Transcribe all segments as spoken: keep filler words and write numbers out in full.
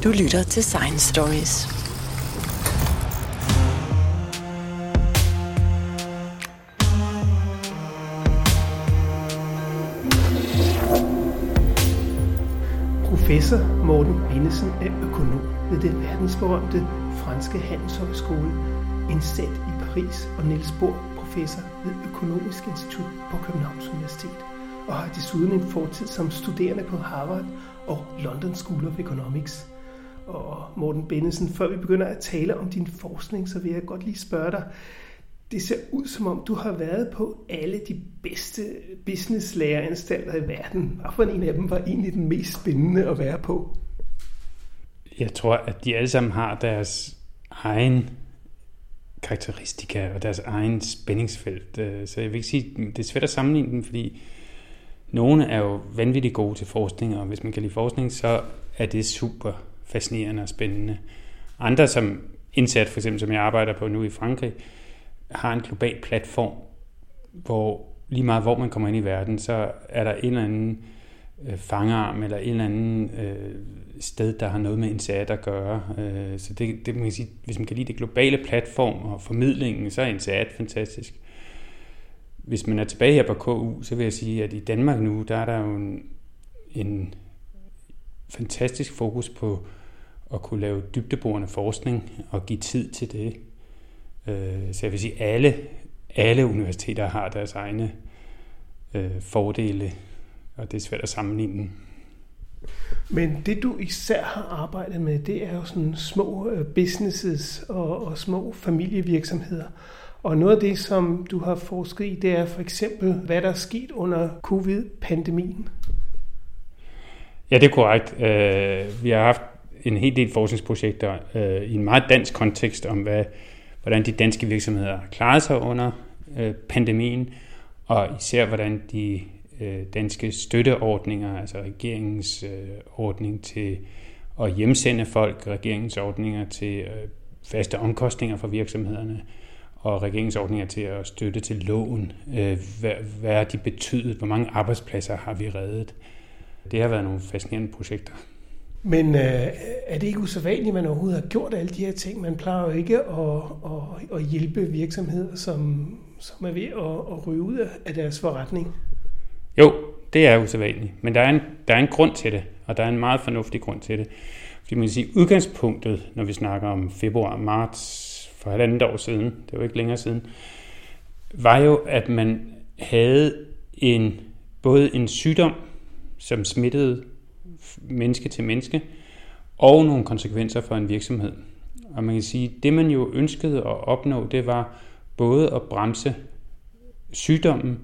Du lytter til Science Stories. Professor Morten Bennedsen er økonom ved den verdensberømte franske handelshøjskole indsat i Paris, og Niels Bohr, professor ved Økonomisk Institut på Københavns Universitet, og har desuden en fortid som studerende på Harvard og London School of Economics. Og Morten Bennedsen, før vi begynder at tale om din forskning, så vil jeg godt lige spørge dig. Det ser ud som om, du har været på alle de bedste business-læreranstalter i verden. Hvorfor en af dem var egentlig den mest spændende at være på? Jeg tror, at de alle sammen har deres egen karakteristika og deres egen spændingsfelt. Så jeg vil ikke sige, det er svært at sammenligne dem, fordi nogle er jo vanvittigt gode til forskning, og hvis man kan lide forskning, så er det super fascinerende og spændende. Andre, som indsat, for eksempel som jeg arbejder på nu i Frankrig, har en global platform, hvor lige meget hvor man kommer ind i verden, så er der en eller anden øh, fangearm eller en eller anden øh, sted, der har noget med INSEAD at gøre. Øh, så det, det man kan sige, hvis man kan lide det globale platform og formidlingen, så er INSEAD fantastisk. Hvis man er tilbage her på K U, så vil jeg sige, at i Danmark nu, der er der jo en, en fantastisk fokus på at kunne lave dybdeborende forskning og give tid til det. Så jeg vil sige, at alle, alle universiteter har deres egne øh, fordele, og det er svært at sammenligne. Men det du især har arbejdet med, det er jo sådan små businesses og, og små familievirksomheder. Og noget af det, som du har forsket i, det er for eksempel, hvad der er sket under covid-pandemien. Ja, det er korrekt. Vi har haft en hel del forskningsprojekter i en meget dansk kontekst om, hvad, hvordan de danske virksomheder har klaret sig under pandemien, og især hvordan de danske støtteordninger, altså regeringens ordning til at hjemsende folk, regeringens ordninger til faste omkostninger for virksomhederne, og regeringsordninger til at støtte til lån. Hvad, hvad har de betydet? Hvor mange arbejdspladser har vi reddet? Det har været nogle fascinerende projekter. Men øh, er det ikke usædvanligt, at man overhovedet har gjort alle de her ting? Man plejer jo ikke at, at, at hjælpe virksomheder, som, som er ved at, at ryge ud af deres forretning. Jo, det er usædvanligt. Men der er, en, der er en grund til det, og der er en meget fornuftig grund til det. Fordi man kan sige, udgangspunktet, når vi snakker om februar, marts, for halvandet år siden, det var ikke længere siden, var jo, at man havde en, både en sygdom, som smittede menneske til menneske, og nogle konsekvenser for en virksomhed. Og man kan sige, at det man jo ønskede at opnå, det var både at bremse sygdommen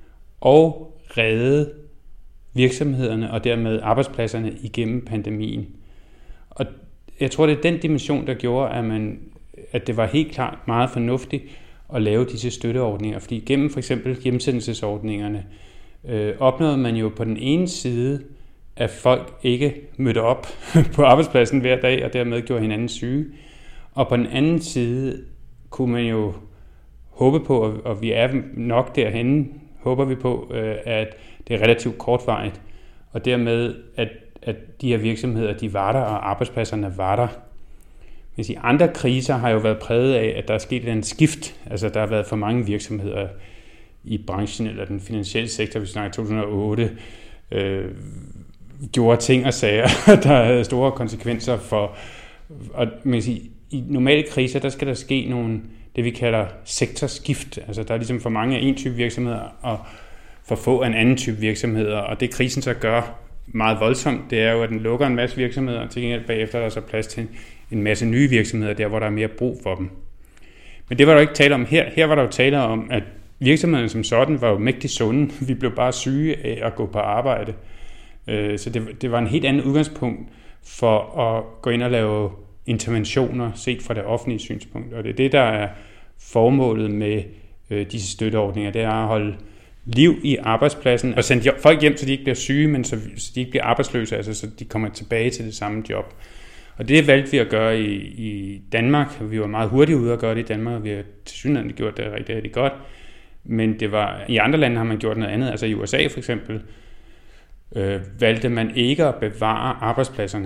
og redde virksomhederne og dermed arbejdspladserne igennem pandemien. Og jeg tror, det er den dimension, der gjorde, at, man, at det var helt klart meget fornuftigt at lave disse støtteordninger. Fordi gennem for eksempel hjemsendelsesordningerne øh, opnåede man jo på den ene side, at folk ikke mødte op på arbejdspladsen hver dag, og dermed gjorde hinanden syge. Og på den anden side kunne man jo håbe på, og vi er nok derhenne, håber vi på, at det er relativt kortvarigt, og dermed, at, at de her virksomheder, de var der, og arbejdspladserne var der. Men sige, andre kriser har jo været præget af, at der er sket en skift. Altså, der har været for mange virksomheder i branchen, eller den finansielle sektor, vi snakker to tusind og otte, øh, gjorde ting og sager, der havde store konsekvenser for, og man kan sige, i normale kriser, der skal der ske nogle, det vi kalder sektorskift, altså der er ligesom for mange af en type virksomheder, og for få af en anden type virksomheder, og det krisen så gør meget voldsomt, det er jo, at den lukker en masse virksomheder, og til gengæld bagefter er der så plads til en masse nye virksomheder, der hvor der er mere brug for dem. Men det var der ikke tale om her. Her var der jo tale om, at virksomhederne som sådan var jo mægtig sunde. Vi blev bare syge af at gå på arbejde. Så det, det var en helt anden udgangspunkt for at gå ind og lave interventioner set fra det offentlige synspunkt. Og det er det, der er formålet med disse støtteordninger. Det er at holde liv i arbejdspladsen og sende folk hjem, så de ikke bliver syge, men så de ikke bliver arbejdsløse, altså så de kommer tilbage til det samme job. Og det valgte vi at gøre i, i Danmark. Vi var meget hurtigt ude at gøre det i Danmark, og vi har tilsyneladende gjort det rigtig, rigtig godt. Men det var, i andre lande har man gjort noget andet. Altså i U S A for eksempel, øh, valgte man ikke at bevare arbejdspladserne.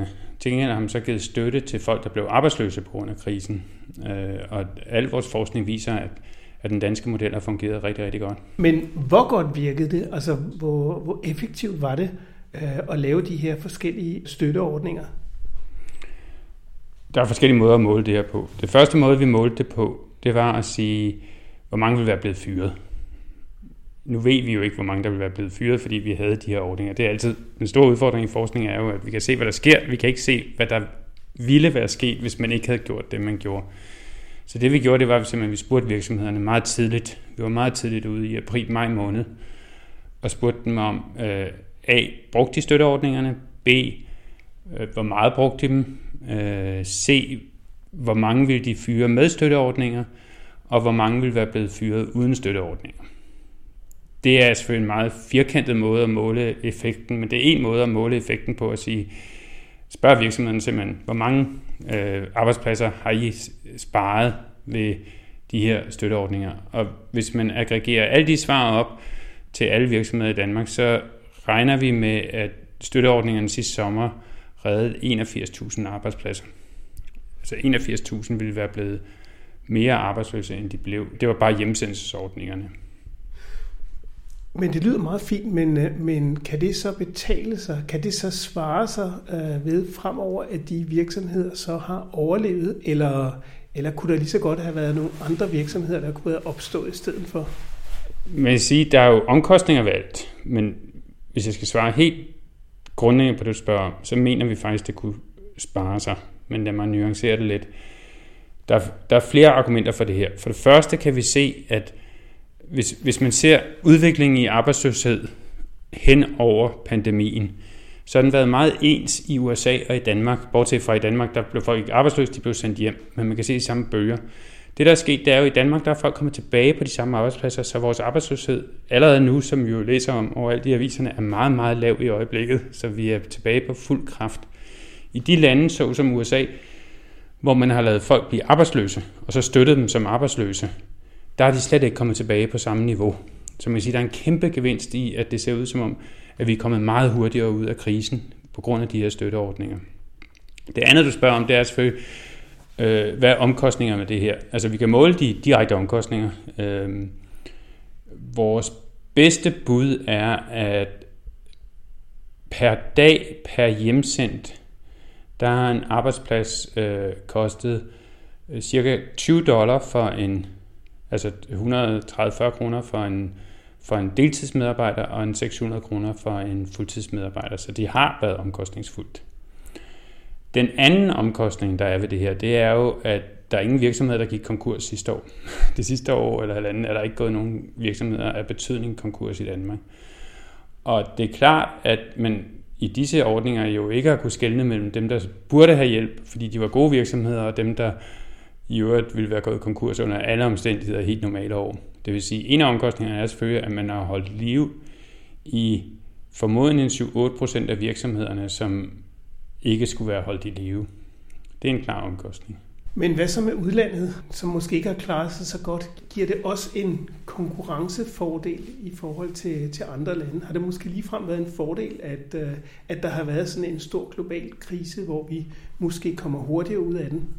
Til gengæld har man så givet støtte til folk, der blev arbejdsløse på grund af krisen. Og al vores forskning viser, at, at den danske model har fungeret rigtig, rigtig godt. Men hvor godt virkede det? Altså, hvor, hvor effektivt var det øh, at lave de her forskellige støtteordninger? Der er forskellige måder at måle det her på. Det første måde, vi målte det på, det var at sige, hvor mange ville være blevet fyret. Nu ved vi jo ikke, hvor mange der vil være blevet fyret, fordi vi havde de her ordninger. Det er altid en stor udfordring i forskning, er jo, at vi kan se, hvad der sker. Vi kan ikke se, hvad der ville være sket, hvis man ikke havde gjort det, man gjorde. Så det vi gjorde, det var simpelthen, at vi spurgte virksomhederne meget tidligt. Vi var meget tidligt ude i april-maj måned, og spurgte dem om, øh, A, brugte de støtteordningerne? B, øh, hvor meget brugte de dem? Øh, C, hvor mange ville de fyre med støtteordninger? Og hvor mange ville være blevet fyret uden støtteordninger? Det er selvfølgelig en meget firkantet måde at måle effekten, men det er en måde at måle effekten på at sige, spørg virksomheden simpelthen, hvor mange øh, arbejdspladser har I sparet ved de her støtteordninger? Og hvis man aggregerer alle de svar op til alle virksomheder i Danmark, så regner vi med, at støtteordningerne sidste sommer reddede enogfirs tusind arbejdspladser. Altså enogfirs tusind ville være blevet mere arbejdsløse, end de blev. Det var bare hjemsendelsesordningerne. Men det lyder meget fint, men, men kan det så betale sig? Kan det så svare sig øh, ved fremover, at de virksomheder så har overlevet? Eller, eller kunne der lige så godt have været nogle andre virksomheder, der kunne være opstået i stedet for? Man kan sige, der er jo omkostninger ved alt, men hvis jeg skal svare helt grundlæggende på det, du spørger om, så mener vi faktisk, det kunne spare sig. Men lad mig nuancere det lidt. Der, der er flere argumenter for det her. For det første kan vi se, at Hvis, hvis man ser udviklingen i arbejdsløshed hen over pandemien, så har den været meget ens i U S A og i Danmark. Bortset fra i Danmark, der blev folk ikke arbejdsløse, de blev sendt hjem, men man kan se de samme bølger. Det, der er sket, det er jo, i Danmark, der er folk kommet tilbage på de samme arbejdspladser, så vores arbejdsløshed allerede nu, som vi jo læser om overalt i aviserne, er meget, meget lav i øjeblikket, så vi er tilbage på fuld kraft. I de lande, så som U S A, hvor man har lavet folk blive arbejdsløse, og så støttet dem som arbejdsløse, der er de slet ikke kommet tilbage på samme niveau. Så man kan sige, der er en kæmpe gevinst i, at det ser ud som om, at vi er kommet meget hurtigere ud af krisen på grund af de her støtteordninger. Det andet, du spørger om, det er selvfølgelig, øh, hvad er omkostningerne med det her? Altså, vi kan måle de direkte omkostninger. Øh, vores bedste bud er, at per dag, per hjemsendt, der har en arbejdsplads øh, kostet øh, cirka tyve dollar for en altså et hundrede og tredive til fyrre kroner for en, for en deltidsmedarbejder og en seks hundrede kroner for en fuldtidsmedarbejder. Så de har været omkostningsfuldt. Den anden omkostning, der er ved det her, det er jo, at der er ingen virksomheder, der gik konkurs sidste år. Det sidste år eller halvanden er der ikke gået nogen virksomheder af betydning konkurs i Danmark. Og det er klart, at man i disse ordninger jo ikke har kunnet skelne mellem dem, der burde have hjælp, fordi de var gode virksomheder, og dem, der i øvrigt ville være gået konkurs under alle omstændigheder helt normale år. Det vil sige, en af omkostningerne er selvfølgelig, at man har holdt liv i formodentlig syv til otte procent af virksomhederne, som ikke skulle være holdt i live. Det er en klar omkostning. Men hvad så med udlandet, som måske ikke har klaret sig så godt? Giver det også en konkurrencefordel i forhold til, til andre lande? Har det måske ligefrem været en fordel, at, at der har været sådan en stor global krise, hvor vi måske kommer hurtigere ud af den?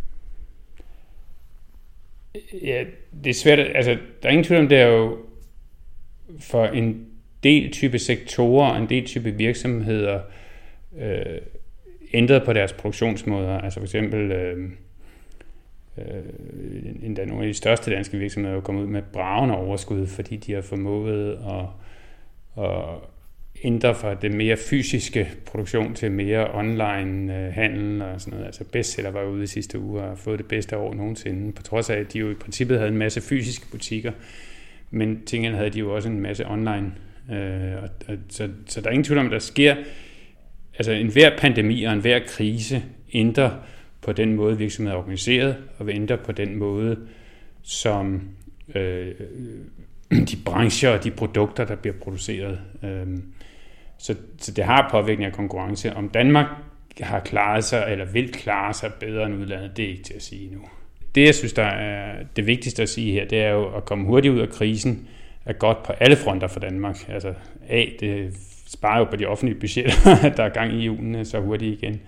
Ja, det er svært. Altså, der er ingen tvivl om, det er jo for en del type sektorer og en del type virksomheder øh, ændret på deres produktionsmåder. Altså for eksempel øh, øh, endda nogle af de største danske virksomheder er kommet ud med bragende overskud, fordi de har formået at, at ændre fra det mere fysiske produktion til mere online øh, handel og sådan noget. Altså bestseller var ude i sidste uge og har fået det bedste år nogensinde, på trods af, at de jo i princippet havde en masse fysiske butikker, men til gengæld havde de jo også en masse online. Øh, og, og, så, så der er ingen tvivl om, at der sker, altså enhver pandemi og enhver krise ændrer på den måde, virksomheden er organiseret, og vil ændre på den måde, som øh, de brancher og de produkter, der bliver produceret. Øh, Så, så det har påvirkning af konkurrence. Om Danmark har klaret sig, eller vil klare sig bedre end udlandet, det er ikke til at sige nu. Det, jeg synes, der er det vigtigste at sige her, det er jo at komme hurtigt ud af krisen, er godt på alle fronter for Danmark. Altså A, det sparer jo på de offentlige budgetter, at der er gang i hjulene så hurtigt igen.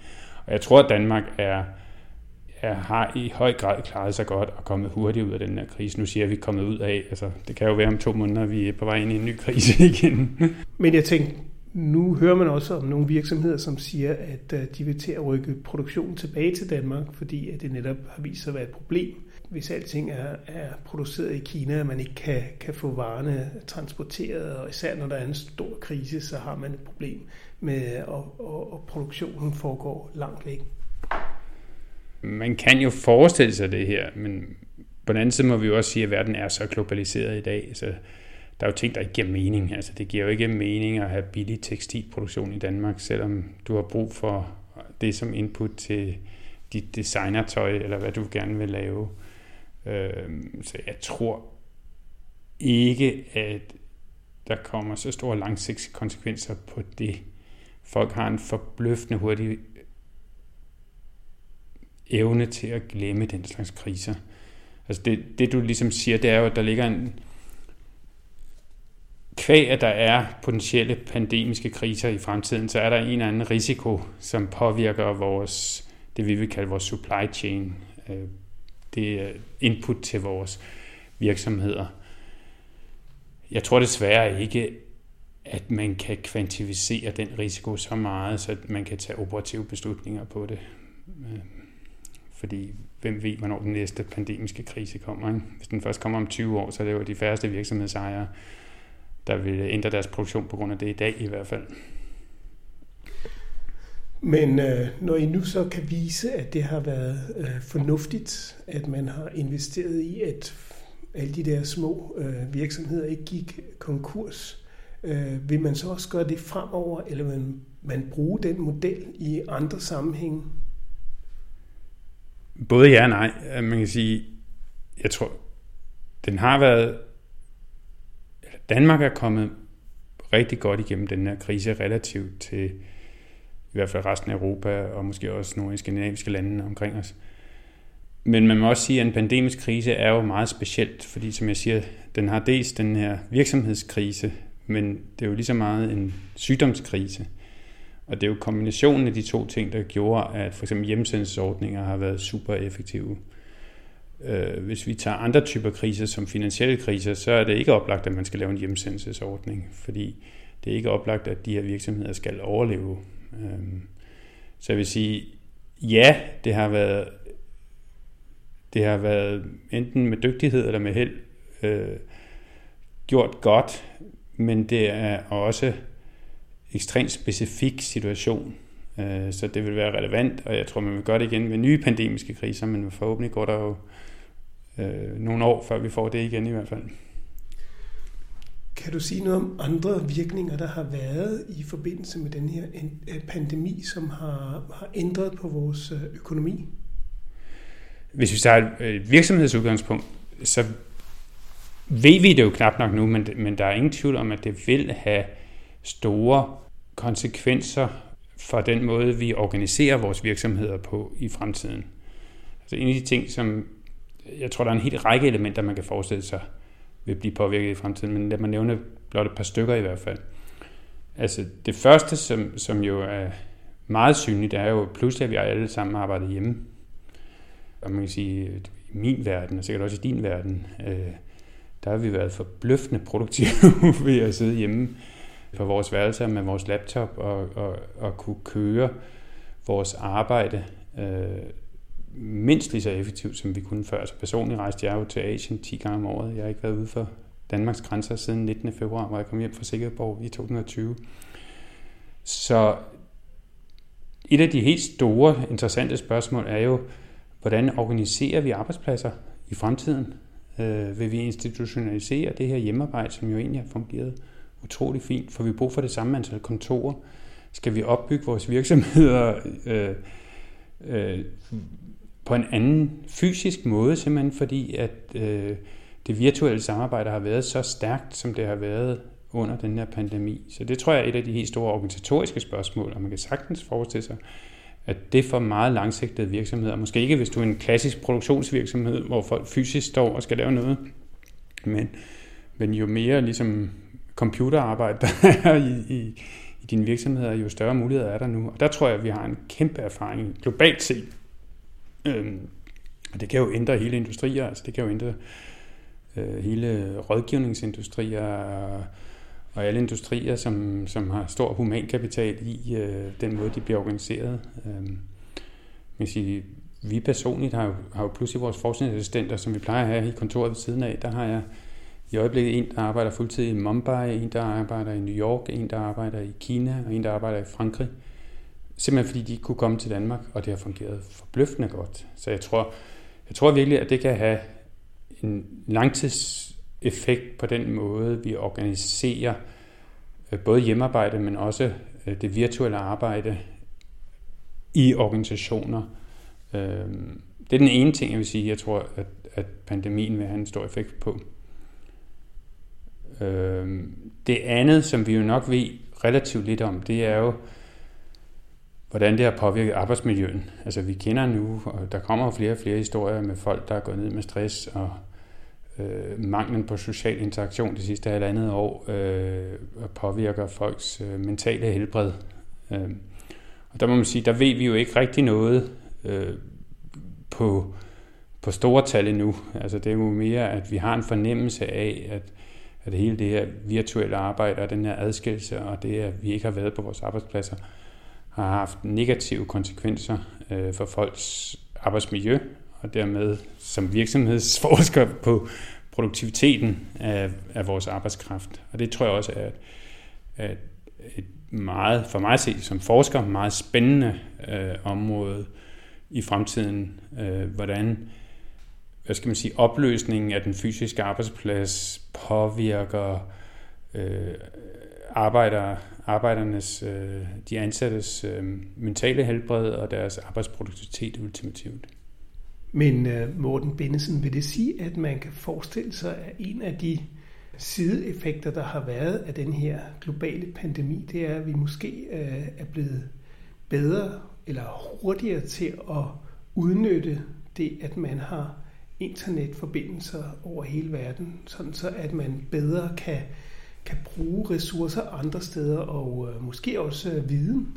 Og jeg tror, at Danmark er, er, har i høj grad klaret sig godt og kommet hurtigt ud af den her krise. Nu siger jeg, at vi er kommet ud af. Altså, det kan jo være om to måneder, vi er på vej ind i en ny krise igen. Men jeg tænker, nu hører man også om nogle virksomheder, som siger, at de vil til at rykke produktionen tilbage til Danmark, fordi at det netop har vist sig at være et problem, hvis alting er, er produceret i Kina, at man ikke kan, kan få varerne transporteret, og især når der er en stor krise, så har man et problem med, at og, og produktionen foregår langt væk. Man kan jo forestille sig det her, men på den anden side må vi jo også sige, at verden er så globaliseret i dag, så der er jo ting, der ikke giver mening. Altså, det giver jo ikke mening at have billig tekstilproduktion i Danmark, selvom du har brug for det som input til dit designertøj, eller hvad du gerne vil lave. Så jeg tror ikke, at der kommer så store langsigtede konsekvenser på det. Folk har en forbløffende hurtig evne til at glemme den slags kriser. Altså det, det du ligesom siger, det er jo, at der ligger en kvæg, at der er potentielle pandemiske kriser i fremtiden, så er der en eller anden risiko, som påvirker vores, det vi vil kalde vores supply chain. Det er input til vores virksomheder. Jeg tror desværre ikke, at man kan kvantificere den risiko så meget, så man kan tage operative beslutninger på det. Fordi hvem ved, hvornår den næste pandemiske krise kommer. Ikke? Hvis den først kommer om tyve år, så er det jo de færreste virksomhedsejere, der vil ændre deres produktion på grund af det i dag i hvert fald. Men øh, når I nu så kan vise, at det har været øh, fornuftigt, at man har investeret i, at alle de der små øh, virksomheder ikke gik konkurs, øh, vil man så også gøre det fremover, eller vil man bruge den model i andre sammenhænge? Både ja og nej. Man kan sige, jeg tror, den har været, Danmark er kommet rigtig godt igennem den her krise relativt til i hvert fald resten af Europa, og måske også nogle skandinaviske lande omkring os. Men man må også sige, at en pandemisk krise er jo meget specielt, fordi som jeg siger, den har dels den her virksomhedskrise, men det er jo lige så meget en sygdomskrise. Og det er jo kombinationen af de to ting, der gjorde, at for eksempel hjemsendelsesordninger har været super effektive. Hvis vi tager andre typer kriser, som finansielle kriser, så er det ikke oplagt, at man skal lave en hjemsendelsesordning, fordi det er ikke oplagt, at de her virksomheder skal overleve. Så jeg vil sige, ja, det har været, det har været enten med dygtighed eller med held øh, gjort godt, men det er også ekstremt specifik situation, øh, så det vil være relevant, og jeg tror, man vil gøre det igen med nye pandemiske kriser, men forhåbentlig går der jo øh, nogle år, før vi får det igen i hvert fald. Kan du sige noget om andre virkninger, der har været i forbindelse med den her pandemi, som har, har ændret på vores økonomi? Hvis vi tager et virksomhedsudgangspunkt, så ved vi det jo knap nok nu, men, men der er ingen tvivl om, at det vil have store konsekvenser for den måde, vi organiserer vores virksomheder på i fremtiden. Altså en af de ting, som jeg tror, der er en hel række elementer, man kan forestille sig, vil blive påvirket i fremtiden, men lad mig nævne blot et par stykker i hvert fald. Altså det første, som, som jo er meget synligt, er jo pludselig, at vi alle sammen arbejder hjemme. Og man kan sige, at i min verden, og sikkert også i din verden, øh, der har vi været forbløffende produktive ved at sidde hjemme på vores værelser med vores laptop og, og, og kunne køre vores arbejde øh, mindst lige så effektivt, som vi kunne før. Så personligt rejste jeg jo til Asien ti gange om året. Jeg har ikke været ude for Danmarks grænser siden nittende februar, hvor jeg kom hjem fra Silkeborg i to tusind og tyve. Så et af de helt store, interessante spørgsmål er jo, hvordan organiserer vi arbejdspladser i fremtiden? Øh, vil vi institutionalisere det her hjemmearbejde, som jo egentlig har fungeret utrolig fint? Får vi brug for det samme antal kontorer? Skal vi opbygge vores virksomheder øh, øh, på en anden fysisk måde, simpelthen fordi at øh, det virtuelle samarbejde har været så stærkt, som det har været under den her pandemi. Så det tror jeg er et af de helt store organisatoriske spørgsmål, og man kan sagtens forestille sig, at det for meget langsigtede virksomheder, måske ikke hvis du er en klassisk produktionsvirksomhed, hvor folk fysisk står og skal lave noget, men, men jo mere ligesom computerarbejde, der er i, i, i dine virksomheder, jo større muligheder er der nu. Og der tror jeg, at vi har en kæmpe erfaring globalt set. Øhm, og det kan jo ændre hele industrier, altså det kan jo ændre øh, hele rådgivningsindustrier og, og alle industrier, som, som har stor humankapital i øh, den måde, de bliver organiseret. Øhm, man sige, vi personligt har jo, har jo pludselig vores forskningsassistenter, som vi plejer at have i kontoret ved siden af. Der har jeg i øjeblikket en, der arbejder fuldtid i Mumbai, en, der arbejder i New York, en, der arbejder i Kina, og en, der arbejder i Frankrig. Simpelthen fordi de kunne komme til Danmark, og det har fungeret forbløffende godt. Så jeg tror, jeg tror virkelig, at det kan have en langtidseffekt på den måde, vi organiserer både hjemmearbejde, men også det virtuelle arbejde i organisationer. Det er den ene ting, jeg vil sige, jeg tror, at, at pandemien vil have en stor effekt på. Det andet, som vi jo nok ved relativt lidt om, det er jo, hvordan det har påvirket arbejdsmiljøen. Altså vi kender nu, og der kommer flere og flere historier med folk, der er gået ned med stress og øh, manglen på social interaktion det sidste halvandet år øh, påvirker folks øh, mentale helbred. Øh, og der må man sige, der ved vi jo ikke rigtig noget øh, på, på store tal endnu. Altså det er jo mere, at vi har en fornemmelse af, at, at hele det her virtuelle arbejde og den her adskillelse, og det, at vi ikke har været på vores arbejdspladser, har haft negative konsekvenser øh, for folks arbejdsmiljø, og dermed som virksomhedsforsker på produktiviteten af, af vores arbejdskraft. Og det tror jeg også er et, et, et meget, for mig set som forsker, meget spændende øh, område i fremtiden. Øh, hvordan, hvad skal man sige, opløsningen af den fysiske arbejdsplads påvirker øh, arbejdere, arbejdernes, øh, de ansattes øh, mentale helbred og deres arbejdsproduktivitet ultimativt. Men uh, Morten Bennedsen, vil det sige, at man kan forestille sig, at en af de sideeffekter, der har været af den her globale pandemi, det er, at vi måske uh, er blevet bedre eller hurtigere til at udnytte det, at man har internetforbindelser over hele verden, sådan så at man bedre kan kan bruge ressourcer andre steder, og øh, måske også øh, viden?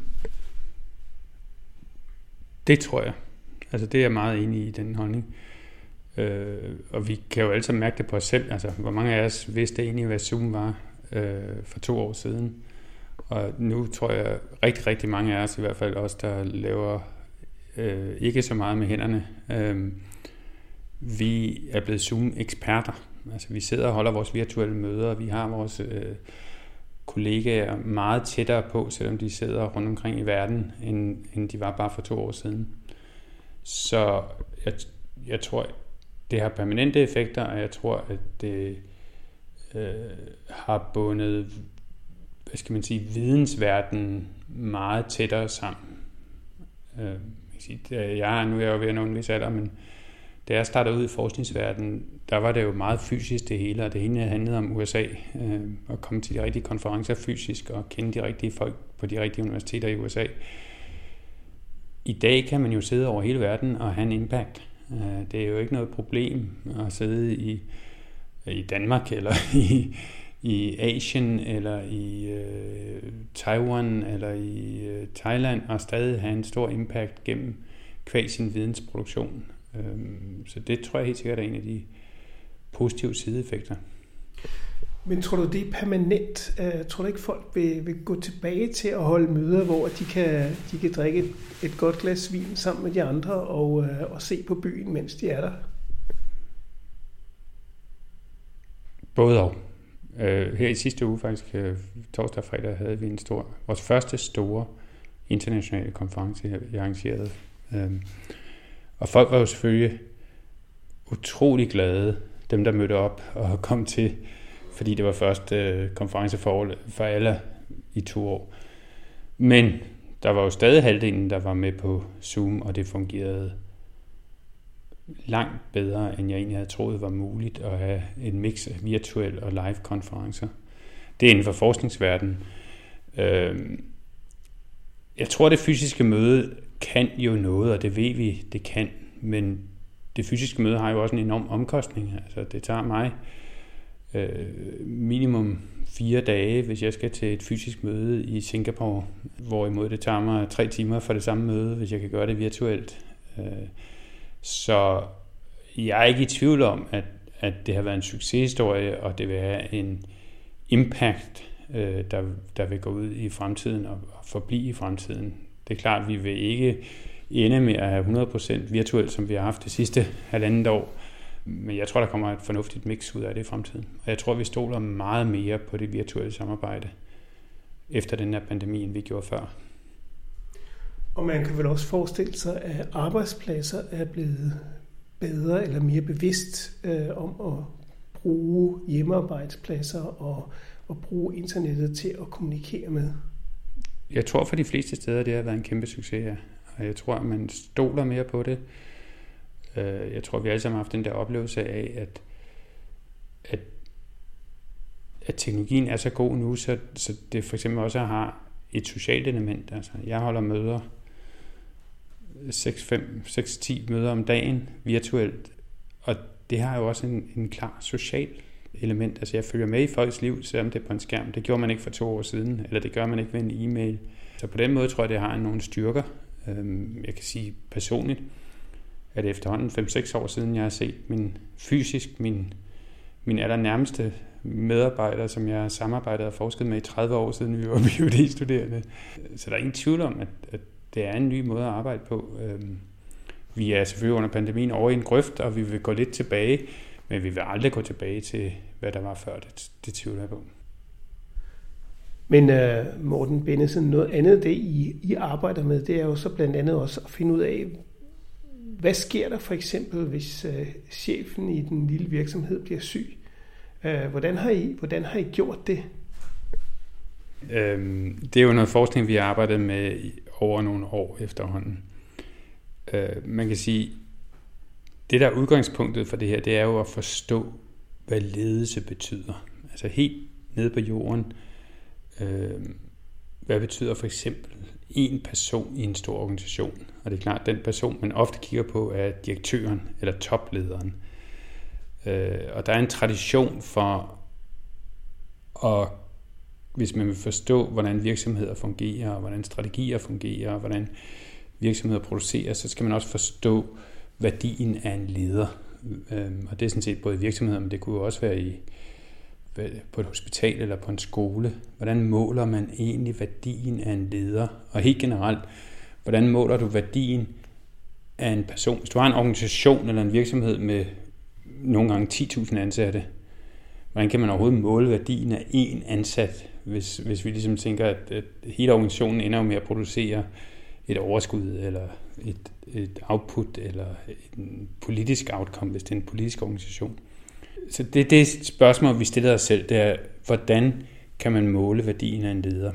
Det tror jeg. Altså det er jeg meget enig i, den holdning. Øh, og vi kan jo alle sammen mærke det på os selv. Altså hvor mange af os vidste egentlig, hvad Zoom var øh, for to år siden. Og nu tror jeg rigtig, rigtig mange af os, i hvert fald os, der laver øh, ikke så meget med hænderne. Øh, vi er blevet Zoom-eksperter. Altså, vi sidder og holder vores virtuelle møder, og vi har vores øh, kollegaer meget tættere på, selvom de sidder rundt omkring i verden, end, end de var bare for to år siden. Så jeg, jeg tror, det har permanente effekter, og jeg tror, at det øh, har bundet, hvad skal man sige, vidensverdenen meget tættere sammen. Øh, jeg, sige, jeg er, nu er jeg jo ved at nå en vis alder, men da jeg startede ud i forskningsverdenen, der var det jo meget fysisk det hele, og det hele handlede om U S A, øh, at komme til de rigtige konferencer fysisk, og kende de rigtige folk på de rigtige universiteter i U S A. I dag kan man jo sidde over hele verden og have en impact. Øh, det er jo ikke noget problem at sidde i, i Danmark, eller i, i Asien, eller i øh, Taiwan, eller i øh, Thailand, og stadig have en stor impact gennem kvæg sin vidensproduktion. Så det tror jeg helt sikkert er en af de positive sideeffekter. Men tror du, det er permanent? Tror du ikke, folk vil, vil gå tilbage til at holde møder, hvor de kan, de kan drikke et, et godt glas vin sammen med de andre og, og se på byen, mens de er der? Både og. Her i sidste uge, faktisk torsdag og fredag, havde vi en stor, vores første store internationale konference, vi arrangerede. Og folk var jo selvfølgelig utrolig glade, dem der mødte op og kom til, fordi det var første konference for, for alle i to år. Men der var jo stadig halvdelen, der var med på Zoom, og det fungerede langt bedre, end jeg egentlig havde troet var muligt at have en mix af virtuelle og live konferencer. Det er inden for forskningsverdenen. Jeg tror, det fysiske møde kan jo noget, og det ved vi, det kan, men det fysiske møde har jo også en enorm omkostning. Altså, det tager mig øh, minimum fire dage, hvis jeg skal til et fysisk møde i Singapore, hvorimod det tager mig tre timer for det samme møde, hvis jeg kan gøre det virtuelt. Øh, så jeg er ikke i tvivl om, at, at det har været en succeshistorie, og det vil have en impact, øh, der, der vil gå ud i fremtiden og, og forblive i fremtiden. Det er klart, at vi vil ikke ende med at have hundrede procent virtuelt, som vi har haft det sidste halvandet år. Men jeg tror, der kommer et fornuftigt mix ud af det i fremtiden. Og jeg tror, vi stoler meget mere på det virtuelle samarbejde efter den her pandemi, end vi gjorde før. Og man kan vel også forestille sig, at arbejdspladser er blevet bedre eller mere bevidst øh, om at bruge hjemmearbejdspladser og, og bruge internettet til at kommunikere med. Jeg tror for de fleste steder, det har været en kæmpe succes, ja. Og jeg tror, at man stoler mere på det. Jeg tror, vi alle sammen har haft den der oplevelse af, at, at, at teknologien er så god nu, så, så det for eksempel også har et socialt element. Altså, jeg holder møder, seks til ti møder om dagen virtuelt, og det har jo også en, en klar social element. Altså, jeg følger med i folks liv, selvom det er på en skærm. Det gjorde man ikke for to år siden, eller det gør man ikke ved en e-mail. Så på den måde tror jeg, det har nogle styrker. Jeg kan sige personligt, at det efterhånden fem til seks år siden, jeg har set min fysisk, min, min allernærmeste medarbejder, som jeg har samarbejdet og forsket med i tredive år siden, vi var P H D-studerende. Så der er ingen tvivl om, at, at det er en ny måde at arbejde på. Vi er selvfølgelig under pandemien over i en grøft, og vi vil gå lidt tilbage, men vi vil aldrig gå tilbage til, hvad der var før. Det, det tvivler jeg på. Men uh, Morten Bennedsen, noget andet, det I, I arbejder med, det er jo så blandt andet også at finde ud af, hvad sker der for eksempel, hvis uh, chefen i den lille virksomhed bliver syg? Uh, hvordan, har I, hvordan har I gjort det? Øhm, det er jo noget forskning, vi har arbejdet med over nogle år efterhånden. Uh, man kan sige, det der er udgangspunktet for det her, det er jo at forstå, hvad ledelse betyder. Altså helt nede på jorden. Øh, hvad betyder for eksempel en person i en stor organisation? Og det er klart, at den person, man ofte kigger på, er direktøren eller toplederen. Øh, og der er en tradition for, at, hvis man vil forstå, hvordan virksomheder fungerer, og hvordan strategier fungerer, og hvordan virksomheder producerer, så skal man også forstå værdien af en leder. Øh, og det er sådan set både i virksomheder, men det kunne også være i på et hospital eller på en skole. Hvordan måler man egentlig værdien af en leder? Og helt generelt, hvordan måler du værdien af en person? Hvis du har en organisation eller en virksomhed med nogle gange ti tusind ansatte, hvordan kan man overhovedet måle værdien af én ansat, hvis, hvis vi ligesom tænker, at, at hele organisationen ender med at producere et overskud, eller et, et output, eller en politisk outcome, hvis det er en politisk organisation. Så det, det spørgsmål, vi stiller os selv, det er, hvordan kan man måle værdien af en leder?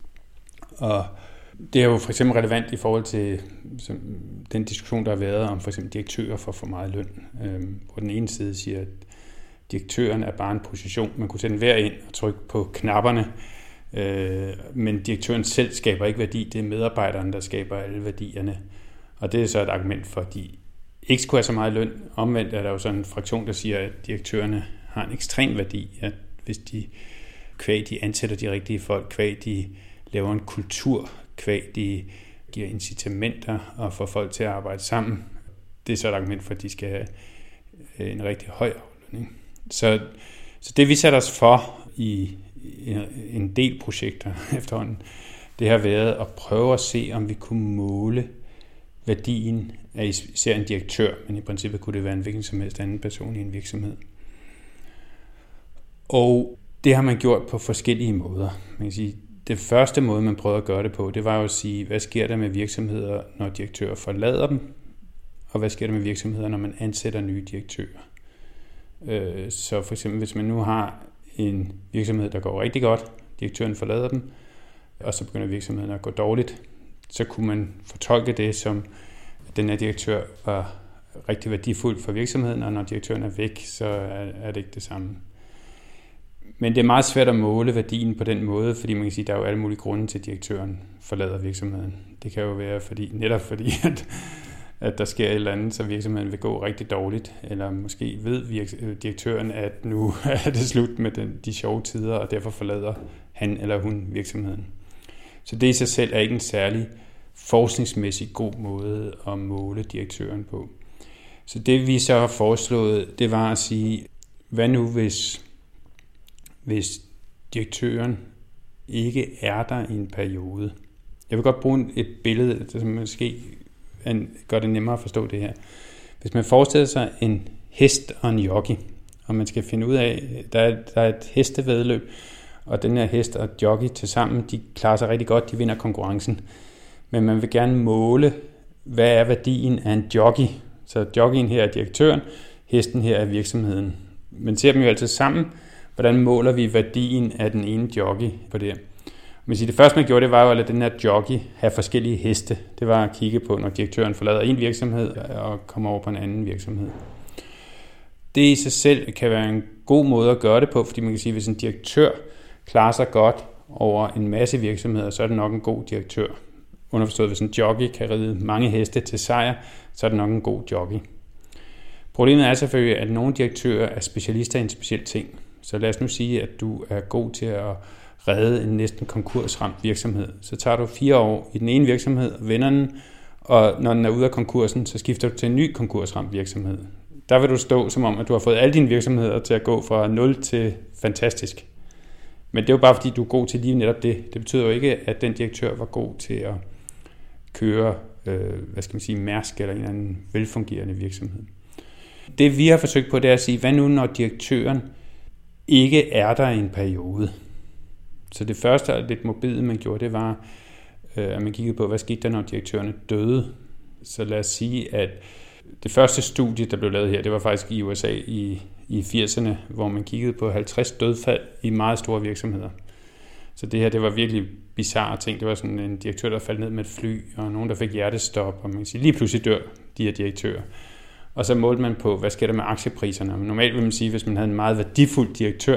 Og det er jo for eksempel relevant i forhold til som, den diskussion, der har været om for eksempel direktører for for meget løn. Øhm, på den ene side siger, at direktøren er bare en position. Man kunne sætte hver ind og trykke på knapperne, øh, men direktøren selv skaber ikke værdi. Det er medarbejderen, der skaber alle værdierne. Og det er så et argument for, at de ikke skulle have så meget løn. Omvendt er der jo sådan en fraktion, der siger, at direktørerne har en ekstrem værdi. At hvis de kvæg, de ansætter de rigtige folk, kvæg, de laver en kultur, kvæg, de giver incitamenter og får folk til at arbejde sammen. Det er så et argument for, at de skal have en rigtig høj aflønning. Så, så det vi sætter os for i en del projekter efterhånden, det har været at prøve at se, om vi kunne måle værdien af især en direktør, men i princippet kunne det være en hvilken som helst anden person i en virksomhed. Og det har man gjort på forskellige måder. Man kan sige, det første måde, man prøvede at gøre det på, det var jo at sige, hvad sker der med virksomheder, når direktører forlader dem, og hvad sker der med virksomheder, når man ansætter nye direktører. Så for eksempel, hvis man nu har en virksomhed, der går rigtig godt, direktøren forlader dem, og så begynder virksomheden at gå dårligt, så kunne man fortolke det som, at den her direktør var rigtig værdifuld for virksomheden, og når direktøren er væk, så er det ikke det samme. Men det er meget svært at måle værdien på den måde, fordi man kan sige, at der er jo alle mulige grunde til, at direktøren forlader virksomheden. Det kan jo være fordi, netop fordi, at, at der sker et eller andet, så virksomheden vil gå rigtig dårligt, eller måske ved virks- direktøren, at nu er det slut med den, de sjove tider, og derfor forlader han eller hun virksomheden. Så det i sig selv er ikke en særlig forskningsmæssig god måde at måle direktøren på. Så det vi så har foreslået, det var at sige, hvad nu hvis, hvis direktøren ikke er der i en periode? Jeg vil godt bruge et billede, som måske gør det nemmere at forstå det her. Hvis man forestiller sig en hest og en jockey, og man skal finde ud af, der er, der er et hestevæddeløb, og den her hest og jockey tilsammen, de klarer sig rigtig godt, de vinder konkurrencen. Men man vil gerne måle, hvad er værdien af en jockey. Så jockeyen her er direktøren, hesten her er virksomheden. Man ser dem jo altid sammen. Hvordan måler vi værdien af den ene jockey på det her? Men det første, man gjorde, det var jo at lade den her jockey have forskellige heste. Det var at kigge på, når direktøren forlader en virksomhed og kommer over på en anden virksomhed. Det i sig selv kan være en god måde at gøre det på, fordi man kan sige, at hvis en direktør klarer sig godt over en masse virksomheder, så er det nok en god direktør. Underforstået, hvis en jockey kan ride mange heste til sejr, så er det nok en god jockey. Problemet er selvfølgelig, at nogle direktører er specialister i en speciel ting. Så lad os nu sige, at du er god til at redde en næsten konkursramt virksomhed. Så tager du fire år i den ene virksomhed og vender den, og når den er ude af konkursen, så skifter du til en ny konkursramt virksomhed. Der vil du stå som om, at du har fået alle dine virksomheder til at gå fra nul til fantastisk. Men det er jo bare fordi, du er god til lige netop det. Det betyder jo ikke, at den direktør var god til at køre, øh, hvad skal man sige, Mærsk eller en eller anden velfungerende virksomhed. Det vi har forsøgt på, det er at sige, hvad nu når direktøren ikke er der i en periode? Så det første og lidt morbide, man gjorde, det var, at man kiggede på, hvad skete der, når direktørerne døde. Så lad os sige, at det første studie, der blev lavet her, det var faktisk i U S A i, i firserne, hvor man kiggede på halvtreds dødsfald i meget store virksomheder. Så det her, det var virkelig bizarre ting. Det var sådan en direktør, der faldt ned med et fly, og nogen, der fik hjertestop, og man kan sige, lige pludselig dør de her direktører. Og så målte man på, hvad sker der med aktiepriserne. Men normalt vil man sige, hvis man havde en meget værdifuld direktør,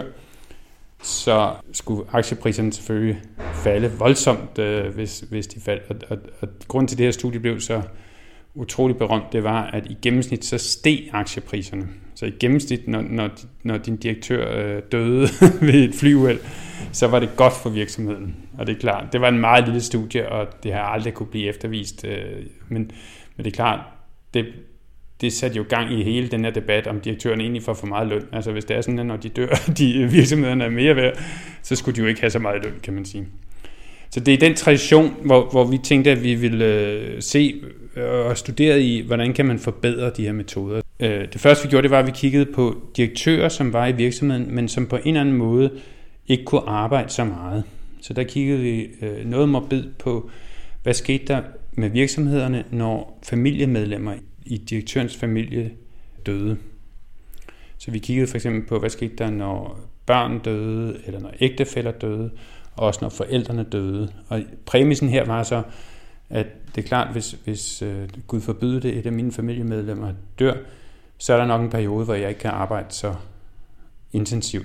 så skulle aktiepriserne selvfølgelig falde voldsomt, øh, hvis, hvis de faldt. Og, og, og grunden til det her studie blev så utrolig berømt, det var, at i gennemsnit så steg aktiepriserne. Så i gennemsnit, når, når, når din direktør øh, døde ved et flyuheld, så var det godt for virksomheden. Og det er klart, det var en meget lille studie, og det har aldrig kunne blive eftervist. Øh, men, men det er klart, det det satte jo gang i hele den her debat, om direktøren egentlig får for meget løn. Altså hvis det er sådan, at når de dør, de virksomhederne er mere værd, så skulle de jo ikke have så meget løn, kan man sige. Så det er den tradition, hvor, hvor vi tænkte, at vi ville øh, se og studere i, hvordan kan man forbedre de her metoder. Øh, det første vi gjorde, det var, at vi kiggede på direktører, som var i virksomheden, men som på en eller anden måde ikke kunne arbejde så meget. Så der kiggede vi øh, noget morbid på, hvad skete der med virksomhederne, når familiemedlemmer i direktørens familie døde. Så vi kiggede for eksempel på, hvad skete der, når børn døde, eller når ægtefæller døde, og også når forældrene døde. Og præmissen her var så, at det er klart, hvis, hvis øh, Gud forbyde det, et af mine familiemedlemmer dør, så er der nok en periode, hvor jeg ikke kan arbejde så intensivt.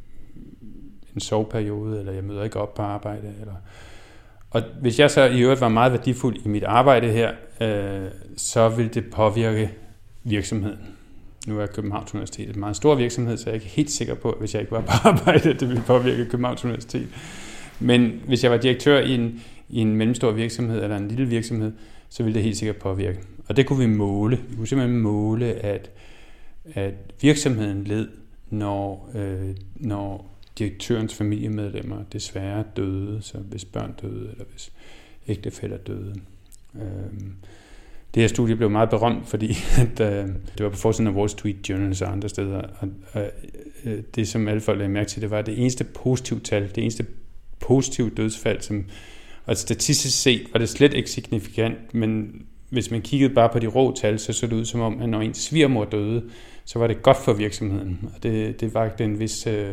En soveperiode, eller jeg møder ikke op på arbejde, eller... Og hvis jeg så i øvrigt var meget værdifuld i mit arbejde her, øh, så ville det påvirke virksomheden. Nu er Københavns Universitet en meget stor virksomhed, så jeg er ikke helt sikker på, at hvis jeg ikke var på arbejde, at det ville påvirke Københavns Universitet. Men hvis jeg var direktør i en, i en mellemstor virksomhed eller en lille virksomhed, så ville det helt sikkert påvirke. Og det kunne vi måle. Vi kunne simpelthen måle, at, at virksomheden led, når, øh, når direktørens familiemedlemmer desværre døde, så hvis børn døde, eller hvis ægtefæller døde. Øhm, det her studie blev meget berømt, fordi at, øh, det var på forsiden af Wall Street Journal og andre steder, og, og øh, det som alle folk lagde mærke til, det var det eneste positive tal, det eneste positive dødsfald, som, og statistisk set var det slet ikke signifikant, men hvis man kiggede bare på de rå tal, så så det ud som om, at når ens svigermor døde, så var det godt for virksomheden, og det, det var en vis... Øh,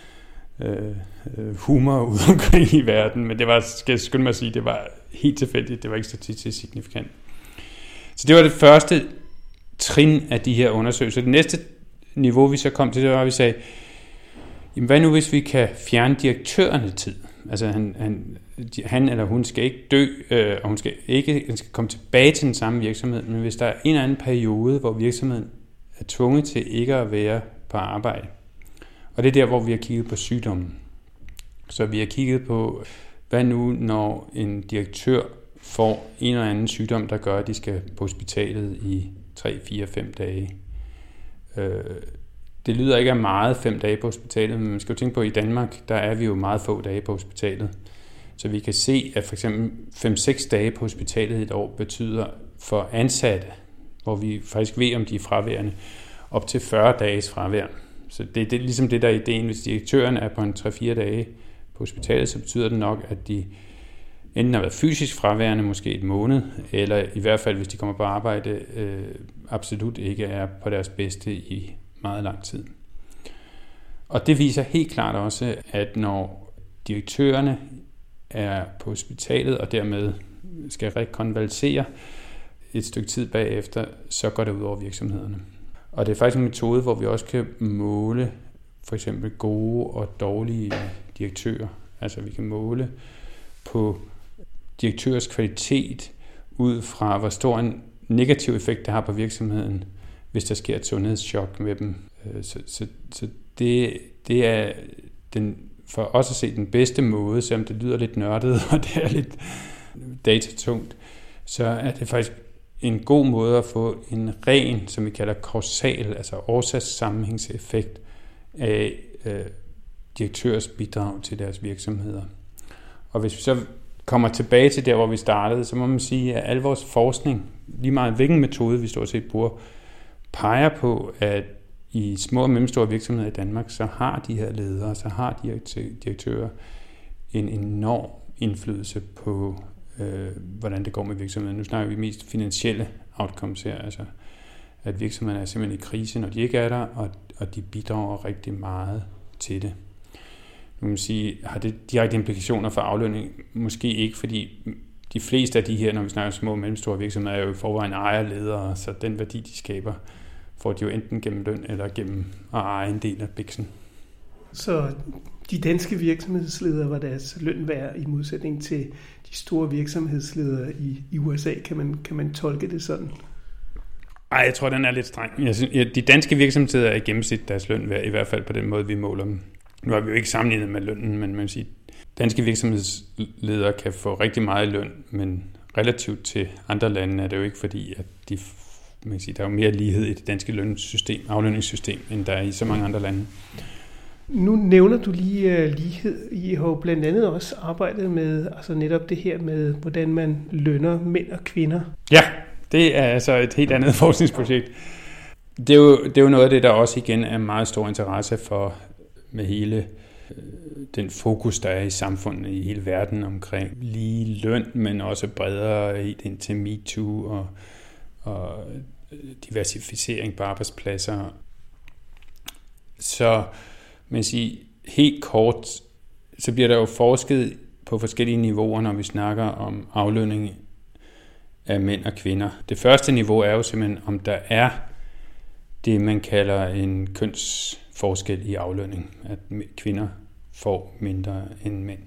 humor ude omkring i verden, men det var, skal jeg skynde mig at sige, det var helt tilfældigt, det var ikke statistisk signifikant. Så det var det første trin af de her undersøgelser. Det næste niveau, vi så kom til, det var, at vi sagde, jamen hvad nu hvis vi kan fjerne direktørerne tid? Altså han, han, han eller hun skal ikke dø, øh, og hun skal ikke hun skal komme tilbage til den samme virksomhed, men hvis der er en eller anden periode, hvor virksomheden er tvunget til ikke at være på arbejde, og det er der, hvor vi har kigget på sygdommen. Så vi har kigget på, hvad nu, når en direktør får en eller anden sygdom, der gør, at de skal på hospitalet i tre, fire, fem dage. Øh, det lyder ikke af meget fem dage på hospitalet, men man skal jo tænke på, at i Danmark, der er vi jo meget få dage på hospitalet. Så vi kan se, at for eksempel fem seks dage på hospitalet et år betyder for ansatte, hvor vi faktisk ved, om de er fraværende, op til fyrre dages fravær. Så det, det er ligesom det, der er ideen. Hvis direktøren er på en tre fire dage på hospitalet, så betyder det nok, at de enten har været fysisk fraværende, måske et måned, eller i hvert fald, hvis de kommer på arbejde, øh, absolut ikke er på deres bedste i meget lang tid. Og det viser helt klart også, at når direktørerne er på hospitalet, og dermed skal rekonvalesere et stykke tid bagefter, så går det ud over virksomhederne. Og det er faktisk en metode, hvor vi også kan måle for eksempel gode og dårlige direktører. Altså vi kan måle på direktørs kvalitet ud fra, hvor stor en negativ effekt det har på virksomheden, hvis der sker et sundhedschok med dem. Så, så, så det, det er den, for os at se den bedste måde, selvom det lyder lidt nørdet, og det er lidt datatungt, så er det faktisk en god måde at få en ren, som vi kalder kausal, altså årsagssammenhængseffekt af øh, direktørs bidrag til deres virksomheder. Og hvis vi så kommer tilbage til der, hvor vi startede, så må man sige, at al vores forskning, lige meget hvilken metode vi stort set bruger, peger på, at i små og mellemstore virksomheder i Danmark, så har de her ledere, så har direktører en enorm indflydelse på, øh, hvordan det går med virksomheden. Nu snakker vi mest finansielle outcomes her, altså at virksomheden er simpelthen i krise, når de ikke er der, og, og de bidrager rigtig meget til det. Nu kan man sige, har det direkte implikationer for aflønning? Måske ikke, fordi de fleste af de her, når vi snakker små og mellemstore virksomheder, er jo i forvejen ejerledere, så den værdi, de skaber, får de jo enten gennem løn eller gennem at eje en del af biksen. Så de danske virksomhedsledere var deres løn værd i modsætning til de store virksomhedsledere i, i U S A. Kan man, kan man tolke det sådan? Ej, jeg tror, den er lidt streng. Jeg synes, ja, de danske virksomheder er i gennemsnit deres løn værd, i hvert fald på den måde, vi måler dem. Nu har vi jo ikke sammenlignet med lønnen, men man kan sige, danske virksomhedsledere kan få rigtig meget løn, men relativt til andre lande er det jo ikke, fordi at de, man kan sige, der er jo mere lighed i det danske lønsystem, aflønningssystem, end der er i så mange andre lande. Nu nævner du lige uh, lighed. I har jo blandt andet også arbejdet med altså netop det her med, hvordan man lønner mænd og kvinder. Ja, det er altså et helt andet forskningsprojekt. Det er jo, det er jo noget af det, der også igen er meget stor interesse for med hele øh, den fokus, der er i samfundet i hele verden omkring lige løn, men også bredere helt ind til MeToo og, og diversificering på arbejdspladser. Så man siger, helt kort, så bliver der jo forsket på forskellige niveauer, når vi snakker om aflønning af mænd og kvinder. Det første niveau er jo simpelthen, om der er det, man kalder en kønsforskel i aflønning, at kvinder får mindre end mænd.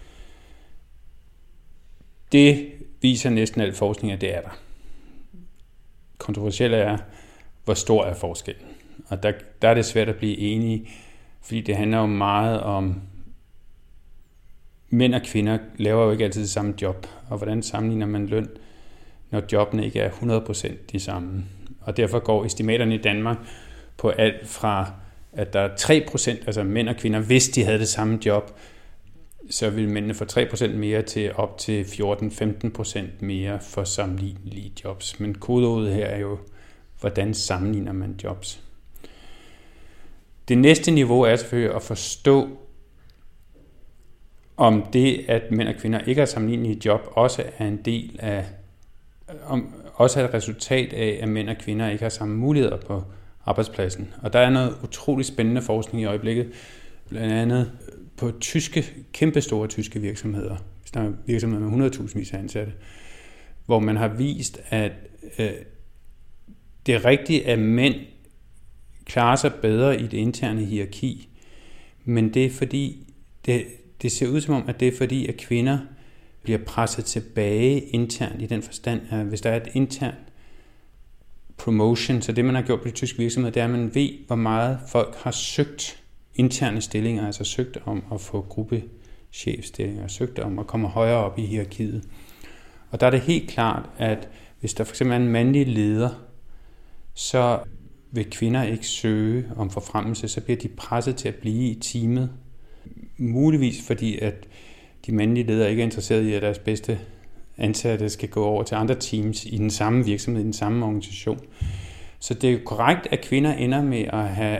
Det viser næsten al forskning, at det er der. Kontroversielt er, hvor stor er forskellen. Og der, der er det svært at blive enige, fordi det handler jo meget om, mænd og kvinder laver jo ikke altid det samme job, og hvordan sammenligner man løn, når jobbene ikke er hundrede procent de samme. Og derfor går estimaterne i Danmark på alt fra, at der er tre procent, altså mænd og kvinder, hvis de havde det samme job, så ville mændene få tre procent mere til op til fjorten til femten procent mere for sammenlignelige jobs. Men kodeordet her er jo, hvordan sammenligner man jobs. Det næste niveau er selvfølgelig at forstå, om det, at mænd og kvinder ikke har sammenlignelige job, også er en del af, om, også er et resultat af, at mænd og kvinder ikke har samme muligheder på arbejdspladsen. Og der er noget utroligt spændende forskning i øjeblikket, blandt andet på tyske, kæmpestore tyske virksomheder, hvis der er virksomheder med hundrede tusind ansatte, hvor man har vist, at øh, det er rigtigt, at mænd klarer sig bedre i det interne hierarki, men det er fordi, det, det ser ud som om, at det er fordi, at kvinder bliver presset tilbage internt i den forstand, at hvis der er et internt promotion, så det man har gjort på de tyske virksomheder, det er, at man ved, hvor meget folk har søgt interne stillinger, altså søgt om at få gruppechefstillinger, søgt om at komme højere op i hierarkiet. Og der er det helt klart, at hvis der for eksempel er en mandlig leder, så vil kvinder ikke søge om forfremmelse, så bliver de presset til at blive i teamet. Muligvis fordi, at de mandlige ledere ikke er interesserede i, at deres bedste ansatte skal gå over til andre teams i den samme virksomhed, i den samme organisation. Så det er jo korrekt, at kvinder ender med at have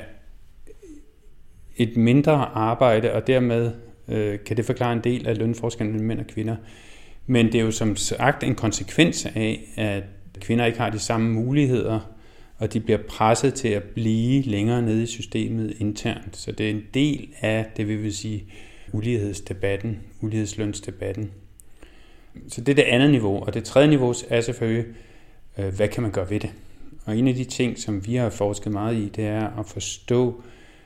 et mindre arbejde, og dermed øh, kan det forklare en del af lønforskellen mellem mænd og kvinder. Men det er jo som sagt en konsekvens af, at kvinder ikke har de samme muligheder, og de bliver presset til at blive længere nede i systemet internt. Så det er en del af det, vi vil sige, ulighedsdebatten, ulighedslønsdebatten. Så det er det andet niveau. Og det tredje niveau er selvfølgelig, hvad kan man gøre ved det? Og en af de ting, som vi har forsket meget i, det er at forstå,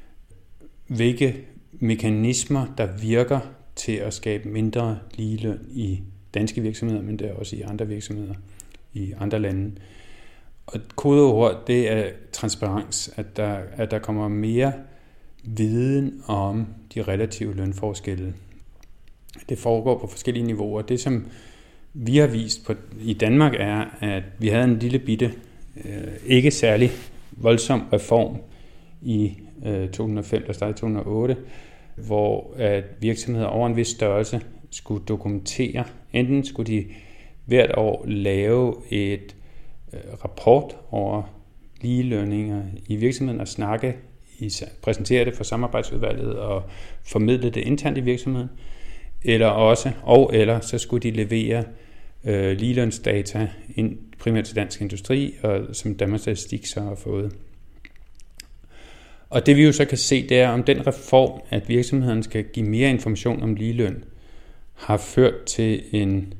hvilke mekanismer, der virker til at skabe mindre ligeløn i danske virksomheder, men det er også i andre virksomheder i andre lande. Og et kodeord, det er transparens, at der, at der kommer mere viden om de relative lønforskelle. Det foregår på forskellige niveauer. Det, som vi har vist på, i Danmark, er, at vi havde en lille bitte, øh, ikke særlig voldsom reform i øh, to tusind og fem, der startede i to tusind og otte, hvor at virksomheder over en vis størrelse skulle dokumentere. Enten skulle de hvert år lave et øh, rapport over ligelønninger i virksomheden og snakke, i, præsentere det for samarbejdsudvalget og formidle det internt i virksomheden. Eller også, og eller så skulle de levere øh, ligelønsdata ind, primært til dansk industri, og som Danmarks Statistik så har fået. Og det vi jo så kan se, det er, om den reform, at virksomheden skal give mere information om ligeløn, har ført til en